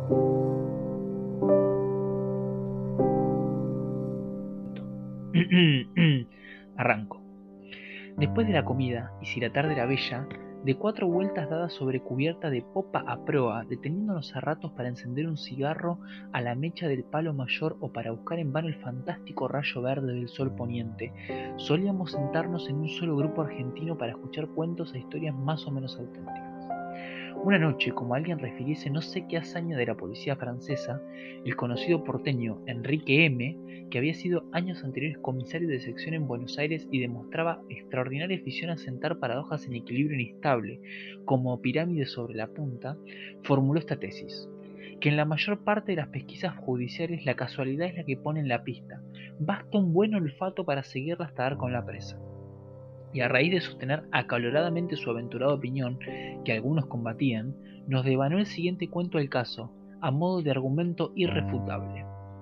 Arranco. Después de la comida, y si la tarde era bella, de 4 vueltas dadas sobre cubierta de popa a proa, deteniéndonos a ratos para encender un cigarro a la mecha del palo mayor o para buscar en vano el fantástico rayo verde del sol poniente, solíamos sentarnos en un solo grupo argentino para escuchar cuentos e historias más o menos auténticas. Una noche, como alguien refiriese no sé qué hazaña de la policía francesa, el conocido porteño Enrique M., que había sido años anteriores comisario de sección en Buenos Aires y demostraba extraordinaria afición a sentar paradojas en equilibrio inestable, como pirámides sobre la punta, formuló esta tesis: que en la mayor parte de las pesquisas judiciales la casualidad es la que pone en la pista, basta un buen olfato para seguirla hasta dar con la presa. Y a raíz de sostener acaloradamente su aventurada opinión, que algunos combatían, nos devanó el siguiente cuento del caso, a modo de argumento irrefutable.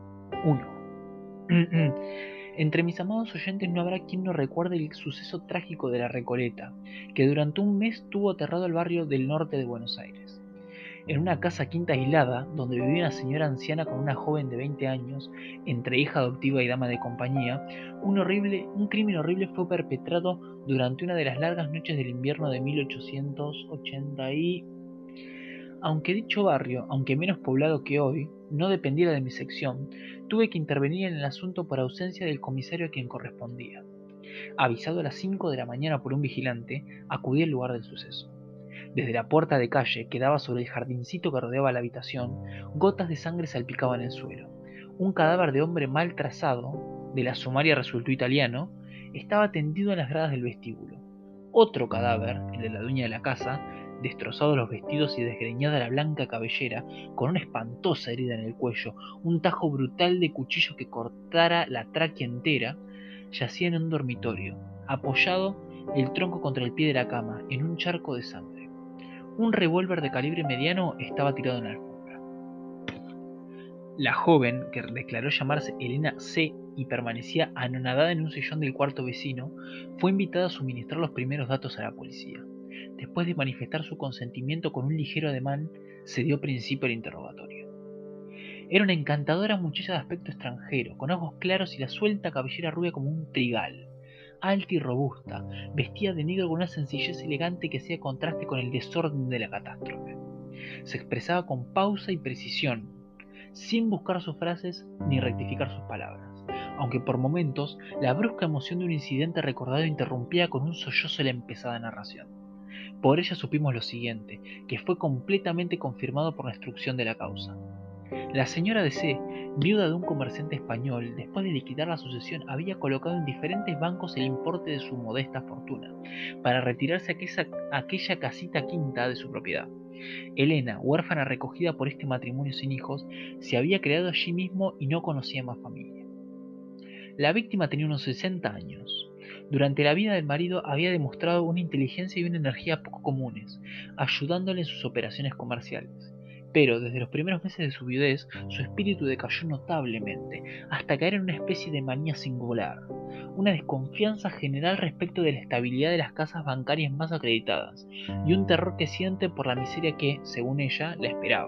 1. Entre mis amados oyentes no habrá quien no recuerde el suceso trágico de la Recoleta, que durante un mes tuvo aterrado el barrio del norte de Buenos Aires. En una casa quinta aislada, donde vivía una señora anciana con una joven de 20 años, entre hija adoptiva y dama de compañía, un crimen horrible fue perpetrado durante una de las largas noches del invierno de 1880 y... Aunque dicho barrio, aunque menos poblado que hoy, no dependiera de mi sección, tuve que intervenir en el asunto por ausencia del comisario a quien correspondía. Avisado a las 5 de la mañana por un vigilante, acudí al lugar del suceso. Desde la puerta de calle que daba sobre el jardincito que rodeaba la habitación, gotas de sangre salpicaban el suelo. Un cadáver de hombre mal trazado, de la sumaria resultó italiano, estaba tendido en las gradas del vestíbulo. Otro cadáver, el de la dueña de la casa, destrozados los vestidos y desgreñada la blanca cabellera, con una espantosa herida en el cuello, un tajo brutal de cuchillo que cortara la tráquea entera, yacía en un dormitorio, apoyado el tronco contra el pie de la cama, en un charco de sangre. Un revólver de calibre mediano estaba tirado en la alfombra. La joven, que declaró llamarse Elena C. y permanecía anonadada en un sillón del cuarto vecino, fue invitada a suministrar los primeros datos a la policía. Después de manifestar su consentimiento con un ligero ademán, se dio principio al interrogatorio. Era una encantadora muchacha de aspecto extranjero, con ojos claros y la suelta cabellera rubia como un trigal. Alta y robusta, vestía de negro con una sencillez elegante que hacía contraste con el desorden de la catástrofe. Se expresaba con pausa y precisión, sin buscar sus frases ni rectificar sus palabras, aunque por momentos la brusca emoción de un incidente recordado interrumpía con un sollozo la empezada narración. Por ella supimos lo siguiente, que fue completamente confirmado por la instrucción de la causa. La señora de C., viuda de un comerciante español, después de liquidar la sucesión, había colocado en diferentes bancos el importe de su modesta fortuna, para retirarse a aquella casita quinta de su propiedad. Elena, huérfana recogida por este matrimonio sin hijos, se había creado allí mismo y no conocía más familia. La víctima tenía unos 60 años. Durante la vida del marido había demostrado una inteligencia y una energía poco comunes, ayudándole en sus operaciones comerciales. Pero desde los primeros meses de su viudez, su espíritu decayó notablemente, hasta caer en una especie de manía singular, una desconfianza general respecto de la estabilidad de las casas bancarias más acreditadas, y un terror que siente por la miseria que, según ella, la esperaba.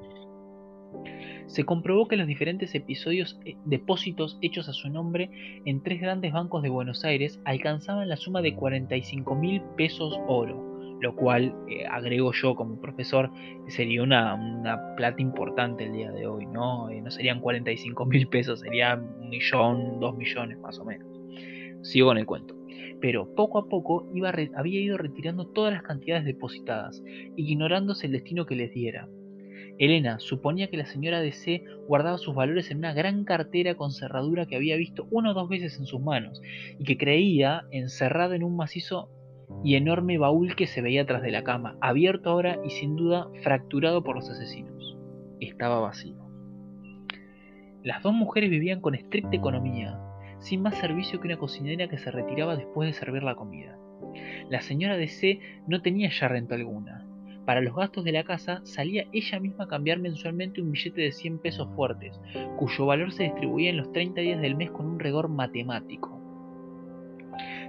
Se comprobó que los diferentes depósitos hechos a su nombre en 3 grandes bancos de Buenos Aires alcanzaban la suma de 45.000 pesos oro, lo cual, agrego yo como profesor, sería una plata importante el día de hoy, ¿no? No serían 45.000 pesos, sería 1.000.000, 2.000.000 más o menos. Sigo con el cuento. Pero poco a poco había ido retirando todas las cantidades depositadas, ignorándose el destino que les diera. Elena suponía que la señora de C. guardaba sus valores en una gran cartera con cerradura que había visto 1 o 2 veces en sus manos, y que creía encerrada en un macizo y enorme baúl que se veía tras de la cama, abierto ahora y sin duda fracturado por los asesinos. Estaba vacío. Las 2 mujeres vivían con estricta economía, sin más servicio que una cocinera que se retiraba después de servir la comida. La señora de C. no tenía ya renta alguna. Para los gastos de la casa salía ella misma a cambiar mensualmente un billete de 100 pesos fuertes, cuyo valor se distribuía en los 30 días del mes con un rigor matemático.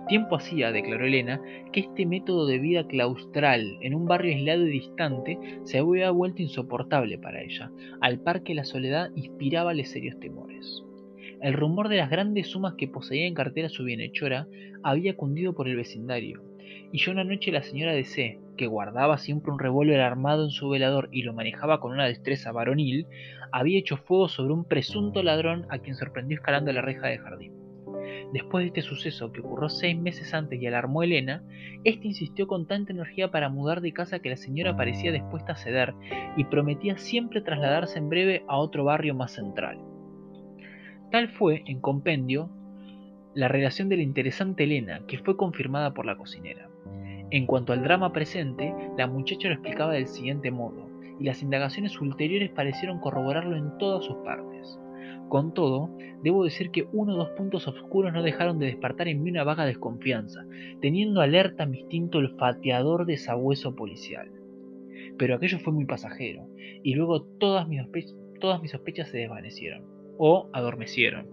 Tiempo hacía, declaró Elena, que este método de vida claustral en un barrio aislado y distante se había vuelto insoportable para ella, al par que la soledad inspirábale serios temores. El rumor de las grandes sumas que poseía en cartera su bienhechora había cundido por el vecindario, y ya una noche la señora de C, que guardaba siempre un revólver armado en su velador y lo manejaba con una destreza varonil, había hecho fuego sobre un presunto ladrón a quien sorprendió escalando la reja del jardín. Después de este suceso, que ocurrió 6 meses antes y alarmó a Elena, éste insistió con tanta energía para mudar de casa que la señora parecía dispuesta a ceder y prometía siempre trasladarse en breve a otro barrio más central. Tal fue, en compendio, la relación de la interesante Elena, que fue confirmada por la cocinera. En cuanto al drama presente, la muchacha lo explicaba del siguiente modo, y las indagaciones ulteriores parecieron corroborarlo en todas sus partes. Con todo, debo decir que uno o dos puntos oscuros no dejaron de despertar en mí una vaga desconfianza, teniendo alerta mi instinto olfateador de sabueso policial. Pero aquello fue muy pasajero, y luego todas mis sospechas se desvanecieron, o adormecieron.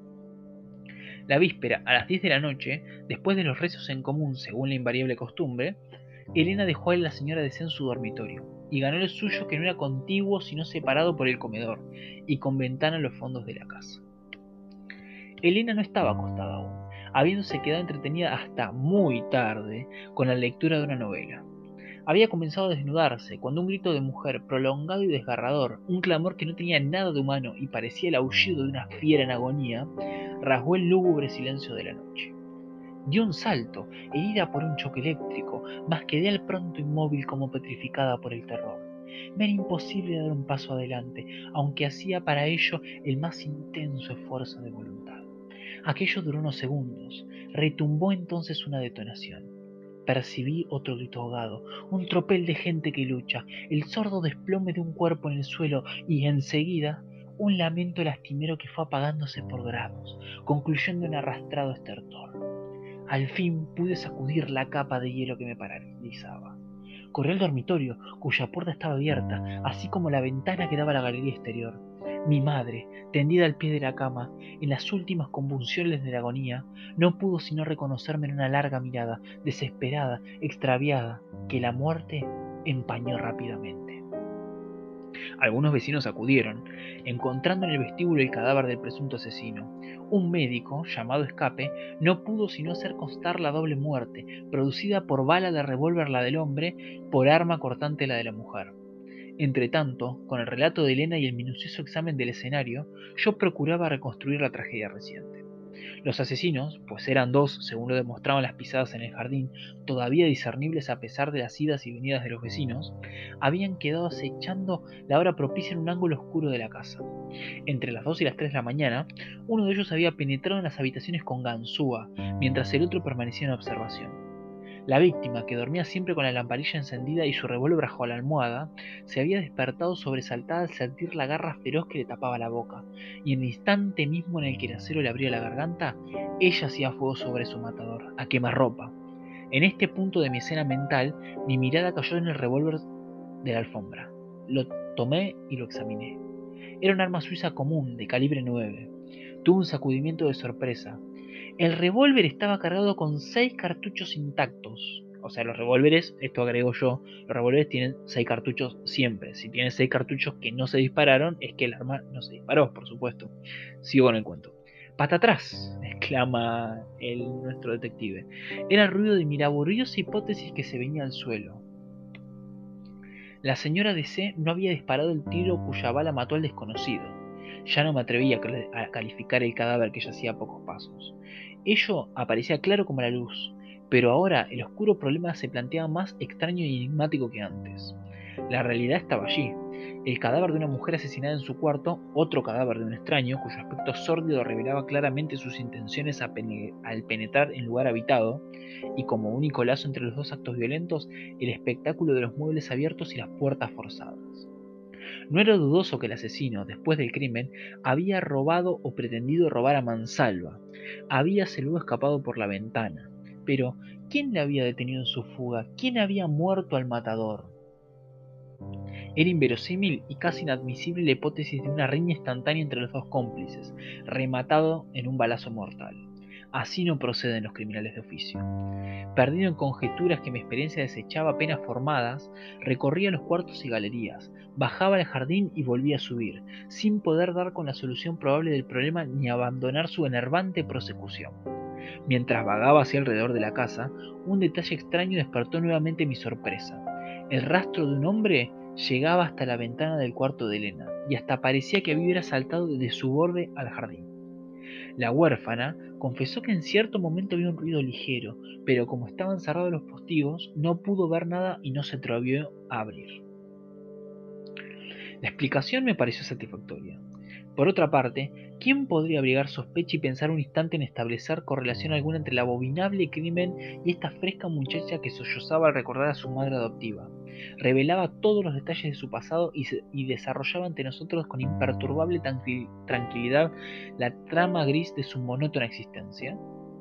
La víspera, a las 10 de la noche, después de los rezos en común según la invariable costumbre, Elena dejó a la señora de C en su dormitorio, y ganó el suyo, que no era contiguo sino separado por el comedor, y con ventana a los fondos de la casa. Elena no estaba acostada aún, habiéndose quedado entretenida hasta muy tarde con la lectura de una novela. Había comenzado a desnudarse cuando un grito de mujer, prolongado y desgarrador, un clamor que no tenía nada de humano y parecía el aullido de una fiera en agonía, rasgó el lúgubre silencio de la noche. Dio un salto, herida por un choque eléctrico, mas quedé al pronto inmóvil como petrificada por el terror. Me era imposible dar un paso adelante, aunque hacía para ello el más intenso esfuerzo de voluntad. Aquello duró unos segundos. Retumbó entonces una detonación. Percibí otro grito ahogado, un tropel de gente que lucha, el sordo desplome de un cuerpo en el suelo y enseguida un lamento lastimero que fue apagándose por grados, concluyendo en arrastrado estertor. Al fin pude sacudir la capa de hielo que me paralizaba. Corrí al dormitorio, cuya puerta estaba abierta, así como la ventana que daba a la galería exterior. Mi madre, tendida al pie de la cama, en las últimas convulsiones de la agonía, no pudo sino reconocerme en una larga mirada, desesperada, extraviada, que la muerte empañó rápidamente. Algunos vecinos acudieron, encontrando en el vestíbulo el cadáver del presunto asesino. Un médico, llamado Escape, no pudo sino hacer constar la doble muerte, producida por bala de revólver la del hombre, por arma cortante la de la mujer. Entretanto, con el relato de Elena y el minucioso examen del escenario, yo procuraba reconstruir la tragedia reciente. Los asesinos, pues eran dos, según lo demostraban las pisadas en el jardín, todavía discernibles a pesar de las idas y venidas de los vecinos, habían quedado acechando la hora propicia en un ángulo oscuro de la casa. Entre las 2 y las 3 de la mañana, uno de ellos había penetrado en las habitaciones con ganzúa, mientras el otro permanecía en observación. La víctima, que dormía siempre con la lamparilla encendida y su revólver bajo la almohada, se había despertado sobresaltada al sentir la garra feroz que le tapaba la boca, y en el instante mismo en el que el acero le abría la garganta, ella hacía fuego sobre su matador, a quemarropa. En este punto de mi escena mental, mi mirada cayó en el revólver de la alfombra. Lo tomé y lo examiné. Era un arma suiza común, de calibre 9. Tuve un sacudimiento de sorpresa. El revólver estaba cargado con 6 cartuchos intactos. O sea, los revólveres, esto agrego yo, los revólveres tienen 6 cartuchos siempre. Si tiene 6 cartuchos que no se dispararon, es que el arma no se disparó, por supuesto. Sigo con el cuento. ¡Pata atrás!, exclama nuestro detective. Era el ruido de mi laboriosa hipótesis que se venía al suelo. La señora de C no había disparado el tiro cuya bala mató al desconocido. Ya no me atrevía a calificar el cadáver que yacía a pocos pasos. Ello aparecía claro como la luz, pero ahora el oscuro problema se planteaba más extraño y enigmático que antes. La realidad estaba allí. El cadáver de una mujer asesinada en su cuarto, otro cadáver de un extraño, cuyo aspecto sórdido revelaba claramente sus intenciones al penetrar en lugar habitado, y como único lazo entre los dos actos violentos, el espectáculo de los muebles abiertos y las puertas forzadas. No era dudoso que el asesino, después del crimen, había robado o pretendido robar a mansalva. Habíase luego escapado por la ventana. Pero, ¿quién le había detenido en su fuga? ¿Quién había muerto al matador? Era inverosímil y casi inadmisible la hipótesis de una riña instantánea entre los dos cómplices, rematado en un balazo mortal. Así no proceden los criminales de oficio. Perdido en conjeturas que mi experiencia desechaba apenas formadas, recorría los cuartos y galerías, bajaba al jardín y volvía a subir, sin poder dar con la solución probable del problema ni abandonar su enervante prosecución. Mientras vagaba hacia alrededor de la casa, un detalle extraño despertó nuevamente mi sorpresa. El rastro de un hombre llegaba hasta la ventana del cuarto de Elena, y hasta parecía que hubiera saltado de su borde al jardín. La huérfana confesó que en cierto momento vio un ruido ligero, pero como estaban cerrados los postigos, no pudo ver nada y no se atrevió a abrir. La explicación me pareció satisfactoria. Por otra parte, ¿quién podría abrigar sospecha y pensar un instante en establecer correlación alguna entre el abominable crimen y esta fresca muchacha que sollozaba al recordar a su madre adoptiva? Revelaba todos los detalles de su pasado y desarrollaba ante nosotros con imperturbable tranquilidad la trama gris de su monótona existencia.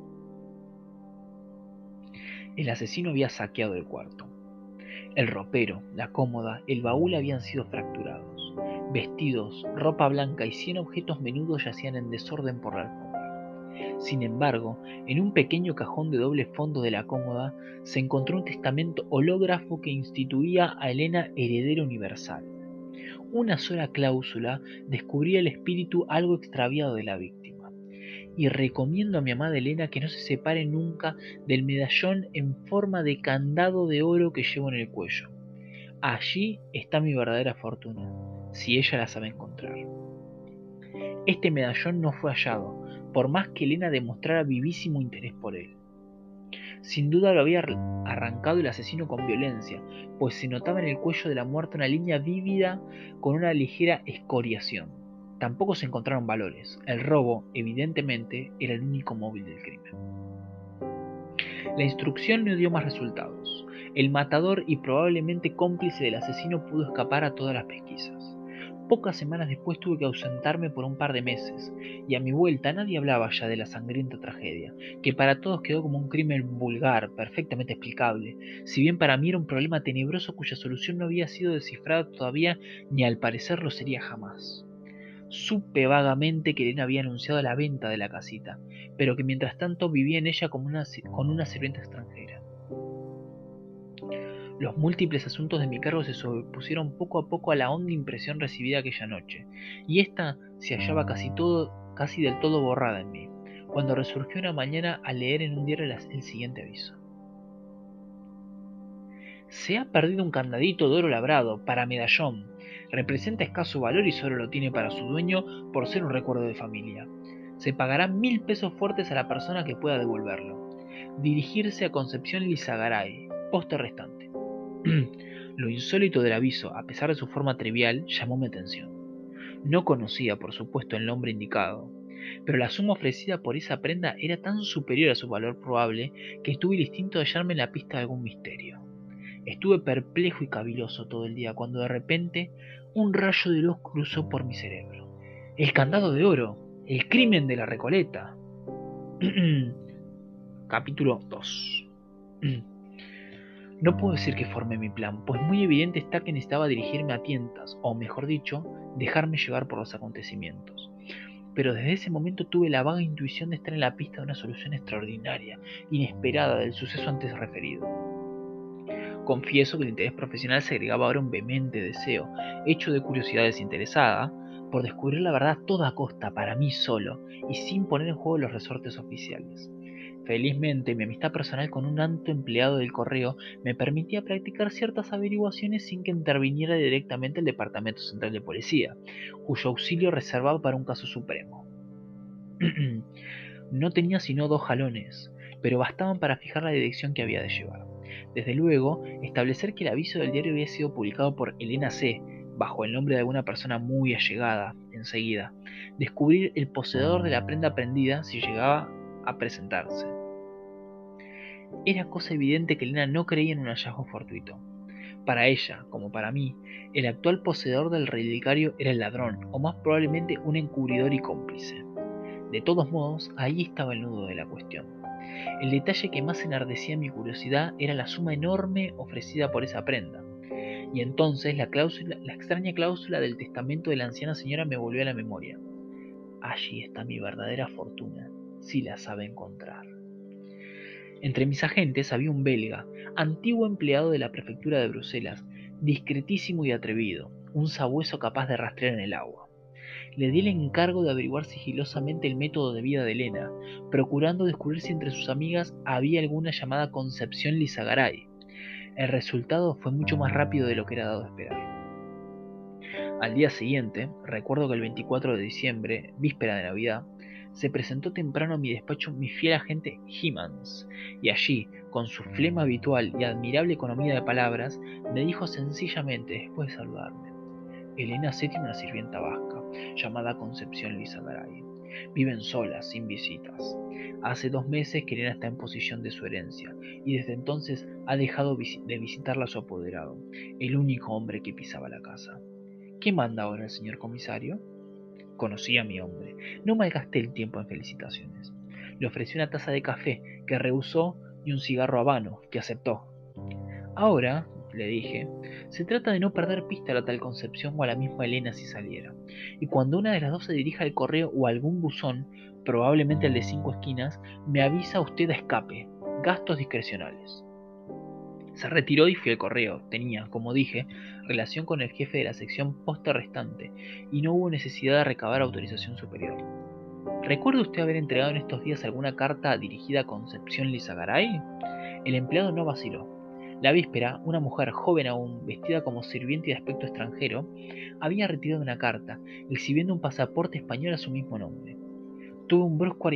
El asesino había saqueado el cuarto. El ropero, la cómoda, el baúl habían sido fracturados. Vestidos, ropa blanca y 100 objetos menudos yacían en desorden por la alfombra. Sin embargo, en un pequeño cajón de doble fondo de la cómoda se encontró un testamento hológrafo que instituía a Elena heredera universal. Una sola cláusula descubría el espíritu algo extraviado de la víctima. Y recomiendo a mi amada Elena que no se separe nunca del medallón en forma de candado de oro que llevo en el cuello. Allí está mi verdadera fortuna, si ella la sabe encontrar. Este medallón no fue hallado, por más que Elena demostrara vivísimo interés por él. Sin duda lo había arrancado el asesino con violencia, pues se notaba en el cuello de la muerta una línea vívida con una ligera escoriación. Tampoco se encontraron valores. El robo, evidentemente, era el único móvil del crimen. La instrucción no dio más resultados. El matador y probablemente cómplice del asesino pudo escapar a todas las pesquisas. Pocas semanas después tuve que ausentarme por un par de meses, y a mi vuelta nadie hablaba ya de la sangrienta tragedia, que para todos quedó como un crimen vulgar, perfectamente explicable, si bien para mí era un problema tenebroso cuya solución no había sido descifrada todavía ni al parecer lo sería jamás. Supe vagamente que Elena había anunciado la venta de la casita, pero que mientras tanto vivía en ella como con una sirvienta extranjera. Los múltiples asuntos de mi cargo se sobrepusieron poco a poco a la honda impresión recibida aquella noche, y ésta se hallaba casi del todo borrada en mí, cuando resurgió una mañana al leer en un diario el siguiente aviso. Se ha perdido un candadito de oro labrado para medallón. Representa escaso valor y solo lo tiene para su dueño por ser un recuerdo de familia. Se pagará 1000 pesos fuertes a la persona que pueda devolverlo. Dirigirse a Concepción Lizagaray. Poste restante. Lo insólito del aviso, a pesar de su forma trivial, llamó mi atención. No conocía, por supuesto, el nombre indicado, pero la suma ofrecida por esa prenda era tan superior a su valor probable que tuve el instinto de hallarme en la pista de algún misterio. Estuve perplejo y caviloso todo el día cuando de repente un rayo de luz cruzó por mi cerebro. El candado de oro, el crimen de la Recoleta. Capítulo 2. No puedo decir que formé mi plan, pues muy evidente está que necesitaba dirigirme a tientas, o mejor dicho, dejarme llevar por los acontecimientos. Pero desde ese momento tuve la vaga intuición de estar en la pista de una solución extraordinaria, inesperada del suceso antes referido. Confieso que el interés profesional se agregaba ahora un vehemente deseo, hecho de curiosidad desinteresada, por descubrir la verdad a toda costa, para mí solo, y sin poner en juego los resortes oficiales. Felizmente, mi amistad personal con un alto empleado del correo me permitía practicar ciertas averiguaciones sin que interviniera directamente el Departamento Central de Policía, cuyo auxilio reservaba para un caso supremo. No tenía sino 2 jalones, pero bastaban para fijar la dirección que había de llevar. Desde luego, establecer que el aviso del diario había sido publicado por Elena C., bajo el nombre de alguna persona muy allegada, enseguida. Descubrir el poseedor de la prenda prendida si llegaba a presentarse. Era cosa evidente que Elena no creía en un hallazgo fortuito. Para ella, como para mí, el actual poseedor del relicario era el ladrón, o más probablemente un encubridor y cómplice. De todos modos, ahí estaba el nudo de la cuestión. El detalle que más enardecía mi curiosidad era la suma enorme ofrecida por esa prenda. Y entonces la extraña cláusula del testamento de la anciana señora me volvió a la memoria. Allí está mi verdadera fortuna, si la sabe encontrar. Entre mis agentes había un belga, antiguo empleado de la prefectura de Bruselas, discretísimo y atrevido, un sabueso capaz de rastrear en el agua. Le di el encargo de averiguar sigilosamente el método de vida de Elena, procurando descubrir si entre sus amigas había alguna llamada Concepción Lizagaray. El resultado fue mucho más rápido de lo que era dado a esperar. Al día siguiente, recuerdo que el 24 de diciembre, víspera de Navidad, se presentó temprano a mi despacho mi fiel agente Hemans, y allí, con su flema habitual y admirable economía de palabras, me dijo sencillamente, después de saludarme: Elena C. tiene una sirvienta vasca, llamada Concepción Lizagaray. Viven solas, sin visitas. Hace 2 meses que Elena está en posesión de su herencia, y desde entonces ha dejado de visitarla a su apoderado, el único hombre que pisaba la casa. ¿Qué manda ahora el señor comisario? Conocí a mi hombre. No malgasté el tiempo en felicitaciones. Le ofrecí una taza de café, que rehusó, y un cigarro habano, que aceptó. Ahora, le dije, se trata de no perder pista a la tal Concepción o a la misma Elena si saliera. Y cuando una de las dos se dirija al correo o a algún buzón, probablemente el de 5 esquinas, me avisa usted a escape. Gastos discrecionales. Se retiró y fui al correo. Tenía, como dije, relación con el jefe de la sección posta restante, y no hubo necesidad de recabar autorización superior. ¿Recuerda usted haber entregado en estos días alguna carta dirigida a Concepción Lizagaray? El empleado no vaciló. La víspera, una mujer joven aún, vestida como sirviente y de aspecto extranjero, había retirado una carta, exhibiendo un pasaporte español a su mismo nombre. Tuve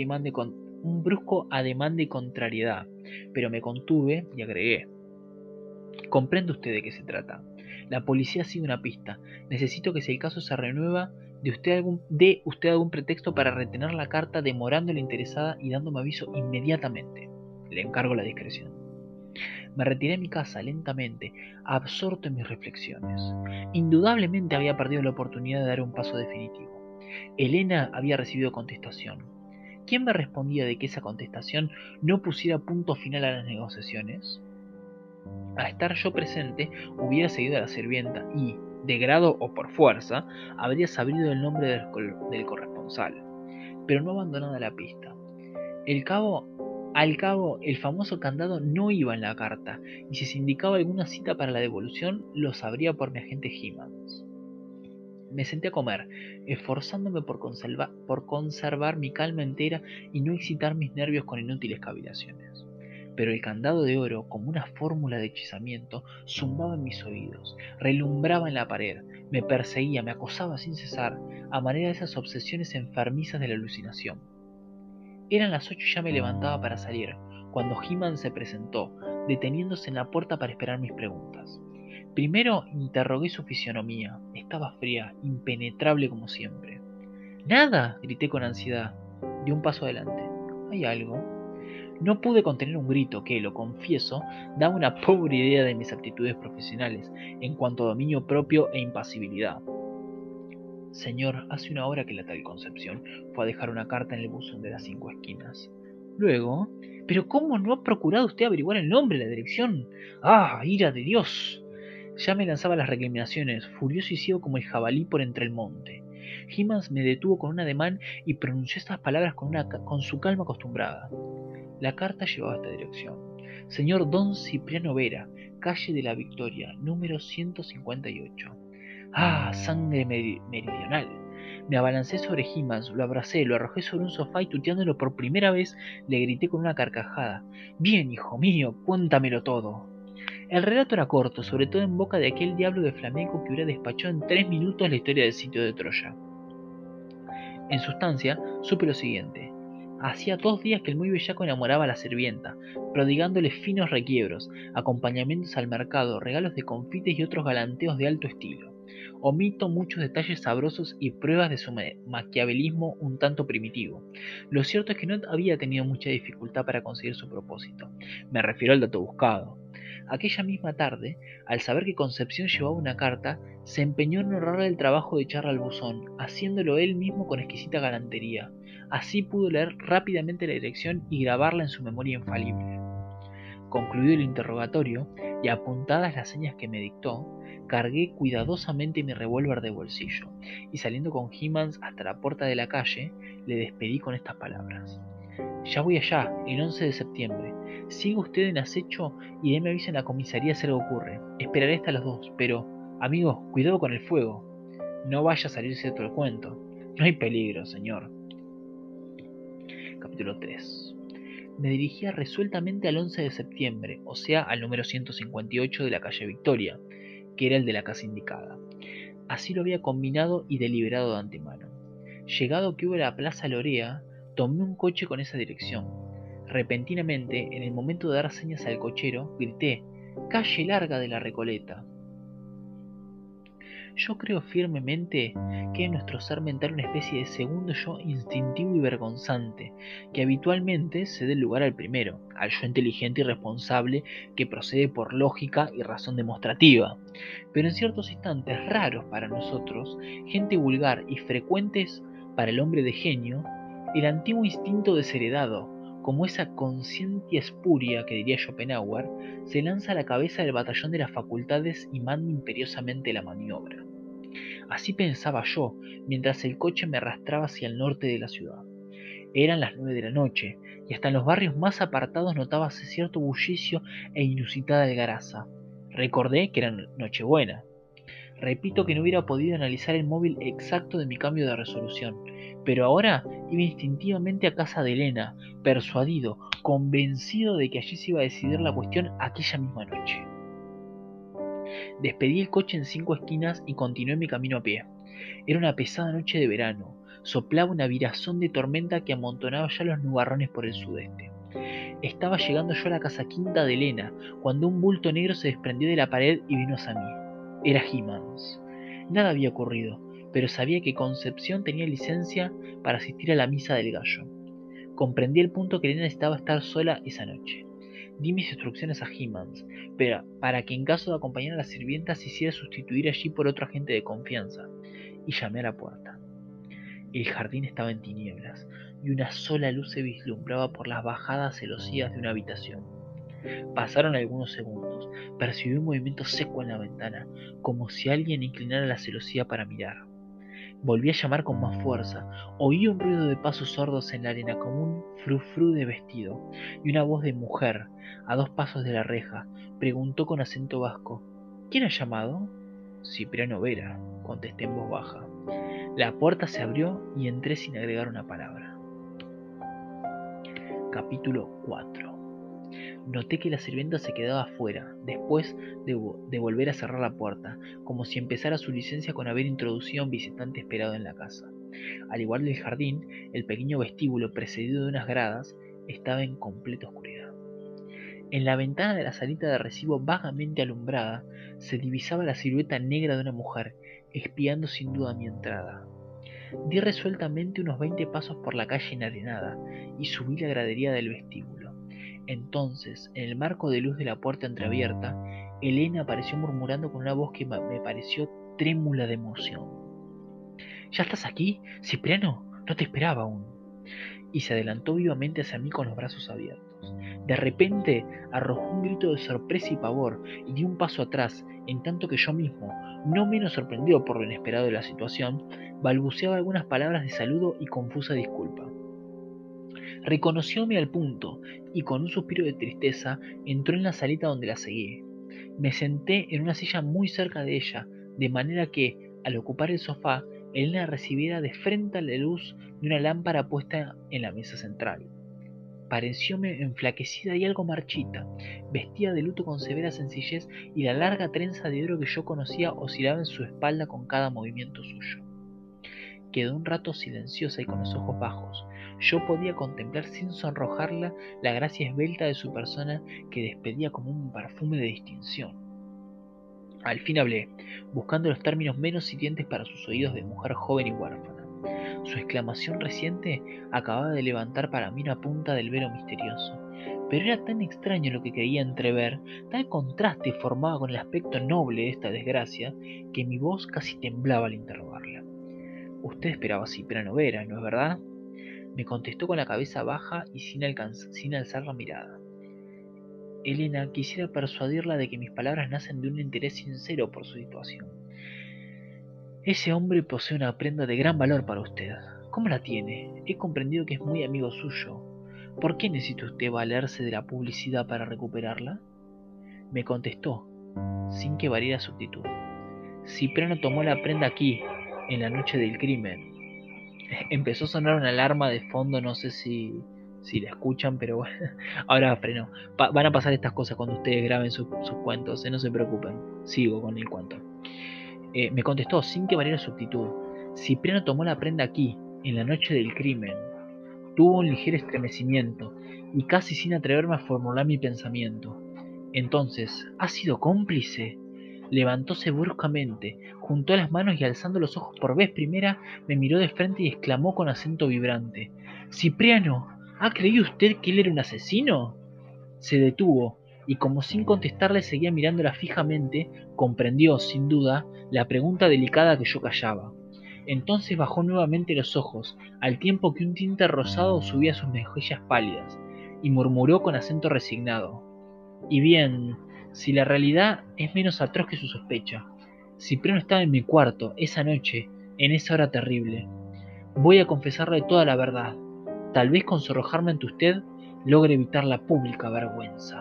un brusco ademán de contrariedad, pero me contuve y agregué: comprende usted de qué se trata. La policía sigue una pista. Necesito que, si el caso se renueva, dé usted algún pretexto para retener la carta, demorando a la interesada y dándome aviso inmediatamente. Le encargo la discreción. Me retiré a mi casa lentamente, absorto en mis reflexiones. Indudablemente había perdido la oportunidad de dar un paso definitivo. Elena había recibido contestación. ¿Quién me respondía de que esa contestación no pusiera punto final a las negociaciones? A estar yo presente, hubiera seguido a la sirvienta y, de grado o por fuerza, habría sabido el nombre del corresponsal, pero no abandonada la pista. Al cabo, el famoso candado no iba en la carta, y si se indicaba alguna cita para la devolución, lo sabría por mi agente Hemans. Me senté a comer, esforzándome por conservar mi calma entera y no excitar mis nervios con inútiles cavilaciones. Pero el candado de oro, como una fórmula de hechizamiento, zumbaba en mis oídos, relumbraba en la pared, me perseguía, me acosaba sin cesar, a manera de esas obsesiones enfermizas de la alucinación. Eran las 8 y ya me levantaba para salir, cuando He-Man se presentó, deteniéndose en la puerta para esperar mis preguntas. Primero interrogué su fisionomía. Estaba fría, impenetrable como siempre. ¡Nada!, grité con ansiedad. Di un paso adelante. ¿Hay algo? No pude contener un grito que, lo confieso, daba una pobre idea de mis aptitudes profesionales en cuanto a dominio propio e impasibilidad. Señor, hace 1 hora que la tal Concepción fue a dejar una carta en el buzón de las 5 esquinas. Luego, ¿pero cómo no ha procurado usted averiguar el nombre y la dirección? ¡Ah, ira de Dios! Ya me lanzaba las recriminaciones, furioso y ciego como el jabalí por entre el monte. Hemans me detuvo con un ademán y pronunció estas palabras con su calma acostumbrada. La carta llevaba esta dirección: Señor Don Cipriano Vera, calle de la Victoria, número 158. ¡Ah, sangre meridional! Me abalancé sobre Hemans, lo abracé, lo arrojé sobre un sofá y, tuteándolo por primera vez, le grité con una carcajada: Bien, hijo mío, cuéntamelo todo. El relato era corto, sobre todo en boca de aquel diablo de flamenco que hubiera despachado en 3 minutos la historia del sitio de Troya. En sustancia, supe lo siguiente. Hacía 2 días que el muy bellaco enamoraba a la sirvienta, prodigándole finos requiebros, acompañamientos al mercado, regalos de confites y otros galanteos de alto estilo. Omito muchos detalles sabrosos y pruebas de su maquiavelismo un tanto primitivo. Lo cierto es que no había tenido mucha dificultad para conseguir su propósito. Me refiero al dato buscado. Aquella misma tarde, al saber que Concepción llevaba una carta, se empeñó en ahorrarle el trabajo de echarla al buzón, haciéndolo él mismo con exquisita galantería. Así pudo leer rápidamente la dirección y grabarla en su memoria infalible. Concluido el interrogatorio y apuntadas las señas que me dictó, cargué cuidadosamente mi revólver de bolsillo y, saliendo con Hemans hasta la puerta de la calle, le despedí con estas palabras: Ya voy allá, el 11 de septiembre. Siga usted en acecho y déme aviso en la comisaría si algo ocurre. Esperaré hasta las 2, pero, amigos, cuidado con el fuego. No vaya a salirse todo el cuento. No hay peligro, señor. Capítulo 3. Me dirigía resueltamente al 11 de septiembre, o sea, al número 158 de la calle Victoria, que era el de la casa indicada. Así lo había combinado y deliberado de antemano. Llegado que hubo a la Plaza Lorea, tomé un coche con esa dirección. Repentinamente, en el momento de dar señas al cochero, grité: «¡Calle larga de la Recoleta!». Yo creo firmemente que en nuestro ser mental una especie de segundo yo instintivo y vergonzante, que habitualmente cede lugar al primero, al yo inteligente y responsable que procede por lógica y razón demostrativa. Pero en ciertos instantes raros para nosotros, gente vulgar y frecuentes para el hombre de genio, el antiguo instinto desheredado, como esa consciencia espuria que diría Schopenhauer, se lanza a la cabeza del batallón de las facultades y manda imperiosamente la maniobra. Así pensaba yo, mientras el coche me arrastraba hacia el norte de la ciudad. Eran las 9 de la noche, y hasta en los barrios más apartados notábase cierto bullicio e inusitada algaraza. Recordé que era Nochebuena. Repito que no hubiera podido analizar el móvil exacto de mi cambio de resolución, pero ahora iba instintivamente a casa de Elena, persuadido, convencido de que allí se iba a decidir la cuestión aquella misma noche. Despedí el coche en 5 esquinas y continué mi camino a pie. Era una pesada noche de verano. Soplaba una virazón de tormenta que amontonaba ya los nubarrones por el sudeste. Estaba llegando yo a la casa quinta de Elena, cuando un bulto negro se desprendió de la pared y vino hacia mí. Era Hemans. Nada había ocurrido, pero sabía que Concepción tenía licencia para asistir a la misa del gallo. Comprendí el punto que Elena necesitaba estar sola esa noche. Di mis instrucciones a Hemans, pero para que en caso de acompañar a la sirvienta se hiciera sustituir allí por otro agente de confianza, y llamé a la puerta. El jardín estaba en tinieblas, y una sola luz se vislumbraba por las bajadas celosías de una habitación. Pasaron algunos segundos. Percibí un movimiento seco en la ventana, como si alguien inclinara la celosía para mirar. Volví a llamar con más fuerza. Oí un ruido de pasos sordos en la arena, como un frufru de vestido, y una voz de mujer, a 2 pasos de la reja, preguntó con acento vasco: «¿Quién ha llamado?». «Cipriano Vera», contesté en voz baja. La puerta se abrió y entré sin agregar una palabra. Capítulo 4. Noté que la sirvienta se quedaba afuera, después de volver a cerrar la puerta, como si empezara su licencia con haber introducido a un visitante esperado en la casa. Al igual del jardín, el pequeño vestíbulo, precedido de unas gradas, estaba en completa oscuridad. En la ventana de la salita de recibo vagamente alumbrada, se divisaba la silueta negra de una mujer, espiando sin duda mi entrada. Di resueltamente unos 20 pasos por la calle enarenada y subí la gradería del vestíbulo. Entonces, en el marco de luz de la puerta entreabierta, Elena apareció murmurando con una voz que me pareció trémula de emoción: «¿Ya estás aquí, Cipriano? No te esperaba aún». Y se adelantó vivamente hacia mí con los brazos abiertos. De repente arrojó un grito de sorpresa y pavor y dio un paso atrás, en tanto que yo mismo, no menos sorprendido por lo inesperado de la situación, balbuceaba algunas palabras de saludo y confusa disculpa. Reconocióme al punto y con un suspiro de tristeza entró en la salita donde la seguí. Me senté en una silla muy cerca de ella, de manera que, al ocupar el sofá, Elena recibiera de frente a la luz de una lámpara puesta en la mesa central. Parecióme enflaquecida y algo marchita, vestida de luto con severa sencillez, y la larga trenza de oro que yo conocía oscilaba en su espalda con cada movimiento suyo. Quedó un rato silenciosa y con los ojos bajos. Yo podía contemplar sin sonrojarla la gracia esbelta de su persona, que despedía como un perfume de distinción. Al fin hablé, buscando los términos menos hirientes para sus oídos de mujer joven y huérfana. Su exclamación reciente acababa de levantar para mí una punta del velo misterioso, pero era tan extraño lo que creía entrever, tal contraste formaba con el aspecto noble de esta desgracia, que mi voz casi temblaba al interrogarla. «Usted esperaba a Cipriano Vera, ¿no es verdad?», me contestó con la cabeza baja y sin alzar la mirada. Elena, quisiera persuadirla de que mis palabras nacen de un interés sincero por su situación. «Ese hombre posee una prenda de gran valor para usted. ¿Cómo la tiene? He comprendido que es muy amigo suyo. ¿Por qué necesita usted valerse de la publicidad para recuperarla? Me contestó, sin que variara su actitud. Cipriano tomó la prenda aquí, en la noche del crimen. Empezó a sonar una alarma de fondo, no sé si la escuchan, pero bueno, ahora freno. Van a pasar estas cosas cuando ustedes graben sus cuentos, no se preocupen. Sigo con el cuento. Me contestó, sin que variara su actitud. Cipriano tomó la prenda aquí, en la noche del crimen. Tuvo un ligero estremecimiento, y casi sin atreverme a formular mi pensamiento. Entonces, ¿ha sido cómplice? Levantóse bruscamente, juntó las manos y alzando los ojos por vez primera, me miró de frente y exclamó con acento vibrante: «Cipriano, ¿ha creído usted que él era un asesino?». Se detuvo, y como sin contestarle seguía mirándola fijamente, comprendió, sin duda, la pregunta delicada que yo callaba. Entonces bajó nuevamente los ojos, al tiempo que un tinte rosado subía a sus mejillas pálidas, y murmuró con acento resignado: «Y bien, si la realidad es menos atroz que su sospecha. Cipriano estaba en mi cuarto, esa noche, en esa hora terrible. Voy a confesarle toda la verdad. Tal vez con sonrojarme ante usted logre evitar la pública vergüenza».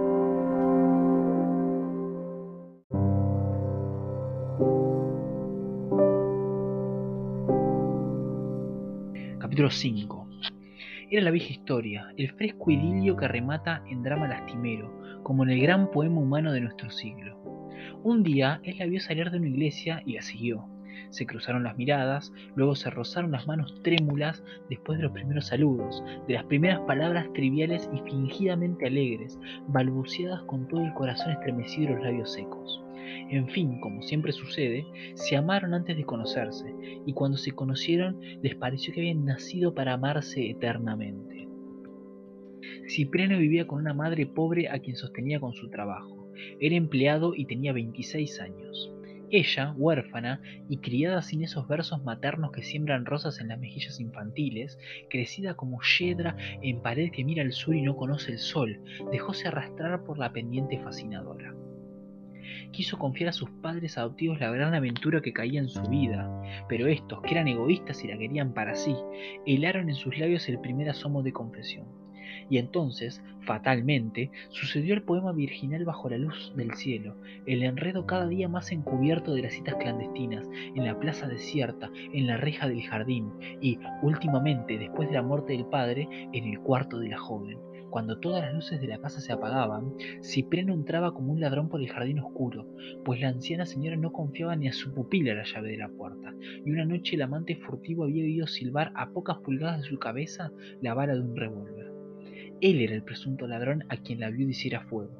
Capítulo 5. Era la vieja historia, el fresco idilio que remata en drama lastimero, como en el gran poema humano de nuestro siglo. Un día él la vio salir de una iglesia y la siguió. Se cruzaron las miradas, luego se rozaron las manos trémulas después de los primeros saludos, de las primeras palabras triviales y fingidamente alegres, balbuceadas con todo el corazón estremecido y los labios secos. En fin, como siempre sucede, se amaron antes de conocerse, y cuando se conocieron les pareció que habían nacido para amarse eternamente. Cipriano vivía con una madre pobre a quien sostenía con su trabajo. Era empleado y tenía 26 años. Ella, huérfana y criada sin esos versos maternos que siembran rosas en las mejillas infantiles, crecida como yedra en pared que mira al sur y no conoce el sol, dejóse arrastrar por la pendiente fascinadora. Quiso confiar a sus padres adoptivos la gran aventura que caía en su vida, pero estos, que eran egoístas y la querían para sí, helaron en sus labios el primer asomo de confesión. Y entonces, fatalmente, sucedió el poema virginal bajo la luz del cielo, el enredo cada día más encubierto de las citas clandestinas, en la plaza desierta, en la reja del jardín, y, últimamente, después de la muerte del padre, en el cuarto de la joven. Cuando todas las luces de la casa se apagaban, Cipriano entraba como un ladrón por el jardín oscuro, pues la anciana señora no confiaba ni a su pupila la llave de la puerta, y una noche el amante furtivo había oído silbar a pocas pulgadas de su cabeza la bala de un revólver. Él era el presunto ladrón a quien la viuda hiciera fuego.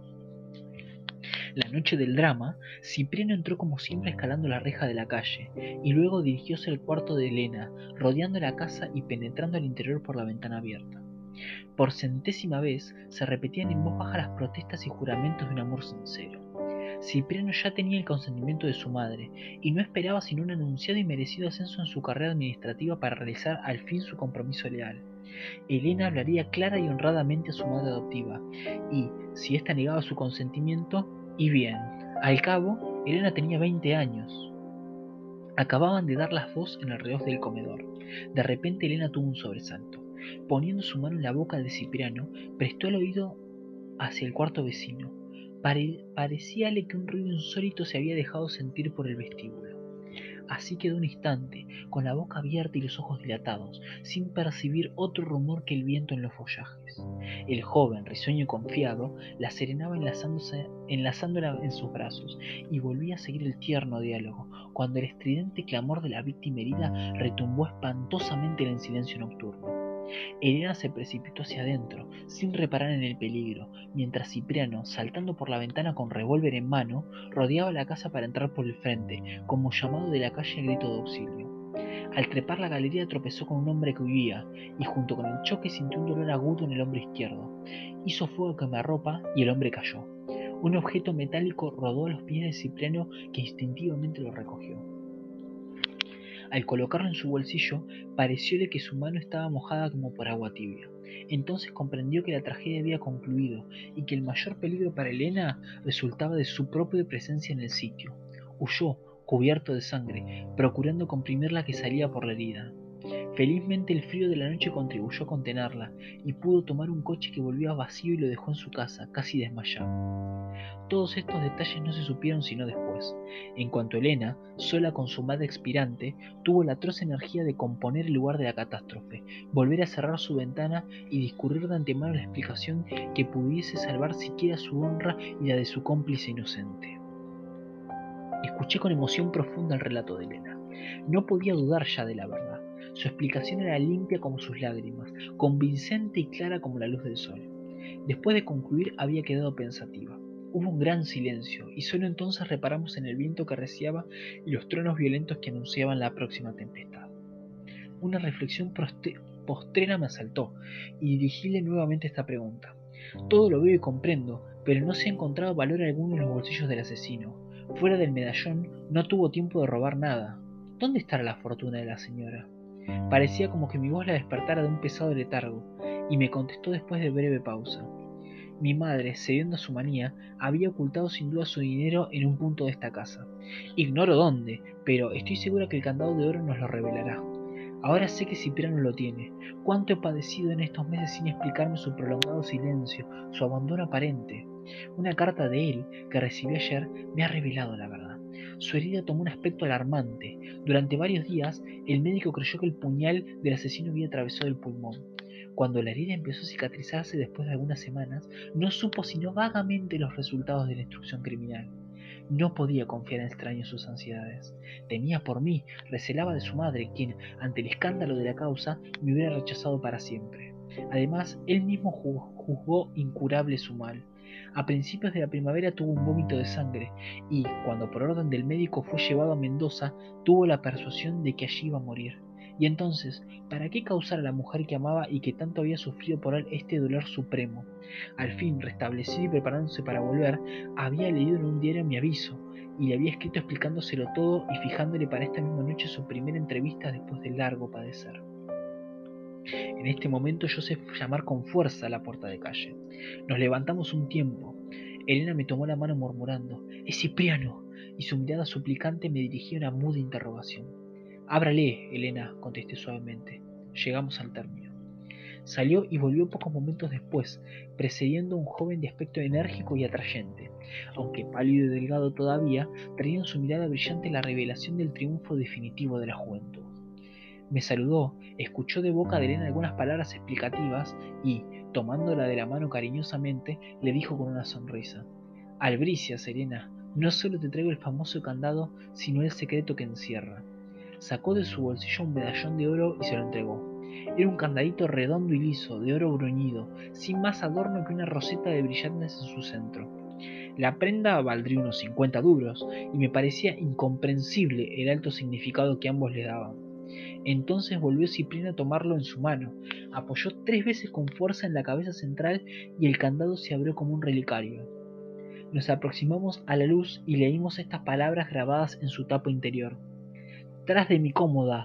La noche del drama, Cipriano entró como siempre escalando la reja de la calle, y luego dirigióse al cuarto de Elena, rodeando la casa y penetrando al interior por la ventana abierta. Por centésima vez se repetían en voz baja las protestas y juramentos de un amor sincero. Cipriano ya tenía el consentimiento de su madre, y no esperaba sino un anunciado y merecido ascenso en su carrera administrativa para realizar al fin su compromiso leal. Elena hablaría clara y honradamente a su madre adoptiva, y, si ésta negaba su consentimiento, y bien, al cabo, Elena tenía 20 años. Acababan de dar las 2 en el reloj del comedor. De repente Elena tuvo un sobresalto. Poniendo su mano en la boca de Cipriano, prestó el oído hacia el cuarto vecino. Parecíale que un ruido insólito se había dejado sentir por el vestíbulo. Así quedó un instante, con la boca abierta y los ojos dilatados, sin percibir otro rumor que el viento en los follajes. El joven, risueño y confiado, la serenaba enlazándola en sus brazos, y volvía a seguir el tierno diálogo, cuando el estridente clamor de la víctima herida retumbó espantosamente en el silencio nocturno. Elena se precipitó hacia adentro, sin reparar en el peligro, mientras Cipriano, saltando por la ventana con revólver en mano, rodeaba la casa para entrar por el frente, como llamado de la calle al grito de auxilio. Al trepar la galería tropezó con un hombre que huía, y junto con el choque sintió un dolor agudo en el hombro izquierdo. Hizo fuego a quemarropa y el hombre cayó. Un objeto metálico rodó a los pies de Cipriano, que instintivamente lo recogió. Al colocarlo en su bolsillo, parecióle que su mano estaba mojada como por agua tibia. Entonces comprendió que la tragedia había concluido y que el mayor peligro para Elena resultaba de su propia presencia en el sitio. Huyó, cubierto de sangre, procurando comprimir la que salía por la herida. Felizmente el frío de la noche contribuyó a contenerla, y pudo tomar un coche que volvía vacío y lo dejó en su casa, casi desmayado. Todos estos detalles no se supieron sino después, en cuanto Elena, sola con su madre expirante, tuvo la atroz energía de componer el lugar de la catástrofe, volver a cerrar su ventana y discurrir de antemano la explicación que pudiese salvar siquiera su honra y la de su cómplice inocente. Escuché con emoción profunda el relato de Elena. No podía dudar ya de la verdad. Su explicación era limpia como sus lágrimas, convincente y clara como la luz del sol. Después de concluir había quedado pensativa. Hubo un gran silencio, y solo entonces reparamos en el viento que arreciaba y los truenos violentos que anunciaban la próxima tempestad. Una reflexión postrera me asaltó, y dirigíle nuevamente esta pregunta. Todo lo veo y comprendo, pero no se ha encontrado valor alguno en los bolsillos del asesino. Fuera del medallón no tuvo tiempo de robar nada. ¿Dónde estará la fortuna de la señora? Parecía como que mi voz la despertara de un pesado letargo, y me contestó después de breve pausa. Mi madre, cediendo a su manía, había ocultado sin duda su dinero en un punto de esta casa. Ignoro dónde, pero estoy segura que el candado de oro nos lo revelará. Ahora sé que Cipriano lo tiene. Cuánto he padecido en estos meses sin explicarme su prolongado silencio, su abandono aparente. Una carta de él, que recibí ayer, me ha revelado la verdad. Su herida tomó un aspecto alarmante. Durante varios días, el médico creyó que el puñal del asesino había atravesado el pulmón. Cuando la herida empezó a cicatrizarse después de algunas semanas, no supo sino vagamente los resultados de la instrucción criminal. No podía confiar en extraños sus ansiedades. Temía por mí, recelaba de su madre, quien, ante el escándalo de la causa, me hubiera rechazado para siempre. Además, él mismo juzgó incurable su mal. A principios de la primavera tuvo un vómito de sangre y, cuando por orden del médico fue llevado a Mendoza, tuvo la persuasión de que allí iba a morir. Y entonces, ¿para qué causar a la mujer que amaba y que tanto había sufrido por él este dolor supremo? Al fin, restablecido y preparándose para volver, había leído en un diario mi aviso, y le había escrito explicándoselo todo y fijándole para esta misma noche su primera entrevista después de largo padecer. En este momento yo sé llamar con fuerza a la puerta de calle. Nos levantamos un tiempo. Elena me tomó la mano murmurando, «¡Es Cipriano!», y su mirada suplicante me dirigía una muda interrogación. «Ábrale, Elena», contesté suavemente. Llegamos al término. Salió y volvió pocos momentos después, precediendo a un joven de aspecto enérgico y atrayente. Aunque pálido y delgado todavía, traía en su mirada brillante la revelación del triunfo definitivo de la juventud. Me saludó, escuchó de boca de Elena algunas palabras explicativas y, tomándola de la mano cariñosamente, le dijo con una sonrisa: «Albricias, Elena, no solo te traigo el famoso candado, sino el secreto que encierra». Sacó de su bolsillo un medallón de oro y se lo entregó. Era un candadito redondo y liso, de oro bruñido, sin más adorno que una roseta de brillantes en su centro. La prenda valdría unos 50 duros, y me parecía incomprensible el alto significado que ambos le daban. Entonces volvió Cipriano a tomarlo en su mano, apoyó 3 veces con fuerza en la cabeza central y el candado se abrió como un relicario. Nos aproximamos a la luz y leímos estas palabras grabadas en su tapa interior: «Tras de mi cómoda,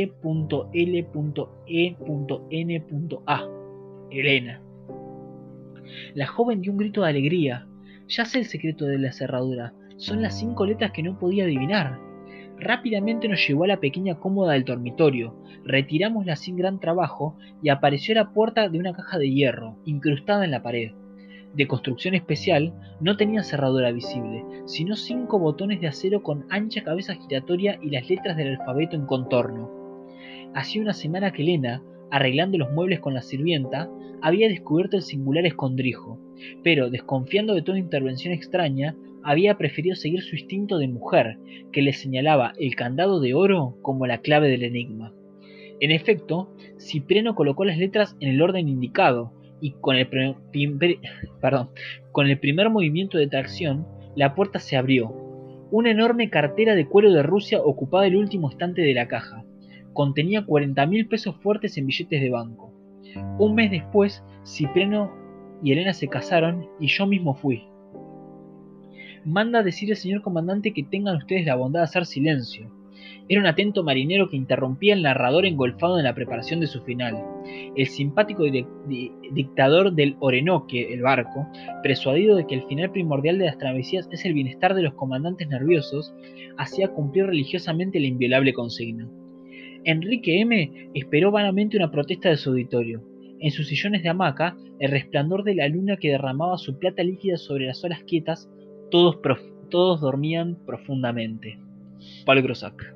E.L.E.N.A. Elena». La joven dio un grito de alegría. «Ya sé el secreto de la cerradura. Son las 5 letras que no podía adivinar». Rápidamente nos llevó a la pequeña cómoda del dormitorio, retirámosla sin gran trabajo y apareció la puerta de una caja de hierro, incrustada en la pared. De construcción especial, no tenía cerradura visible, sino 5 botones de acero con ancha cabeza giratoria y las letras del alfabeto en contorno. Hacía una semana que Elena, arreglando los muebles con la sirvienta, había descubierto el singular escondrijo, pero, desconfiando de toda intervención extraña, había preferido seguir su instinto de mujer, que le señalaba el candado de oro como la clave del enigma. En efecto, Cipriano colocó las letras en el orden indicado, y con el primer movimiento de tracción, la puerta se abrió. Una enorme cartera de cuero de Rusia ocupaba el último estante de la caja. Contenía 40.000 pesos fuertes en billetes de banco. Un mes después, Cipriano y Elena se casaron y yo mismo fui. «Manda a decir el señor comandante que tengan ustedes la bondad de hacer silencio». Era un atento marinero que interrumpía al narrador engolfado en la preparación de su final. El simpático dictador del Orenoque, el barco, persuadido de que el final primordial de las travesías es el bienestar de los comandantes nerviosos, hacía cumplir religiosamente la inviolable consigna. Enrique M. esperó vanamente una protesta de su auditorio. En sus sillones de hamaca, el resplandor de la luna que derramaba su plata líquida sobre las olas quietas, todos dormían profundamente. Pablo Grosac.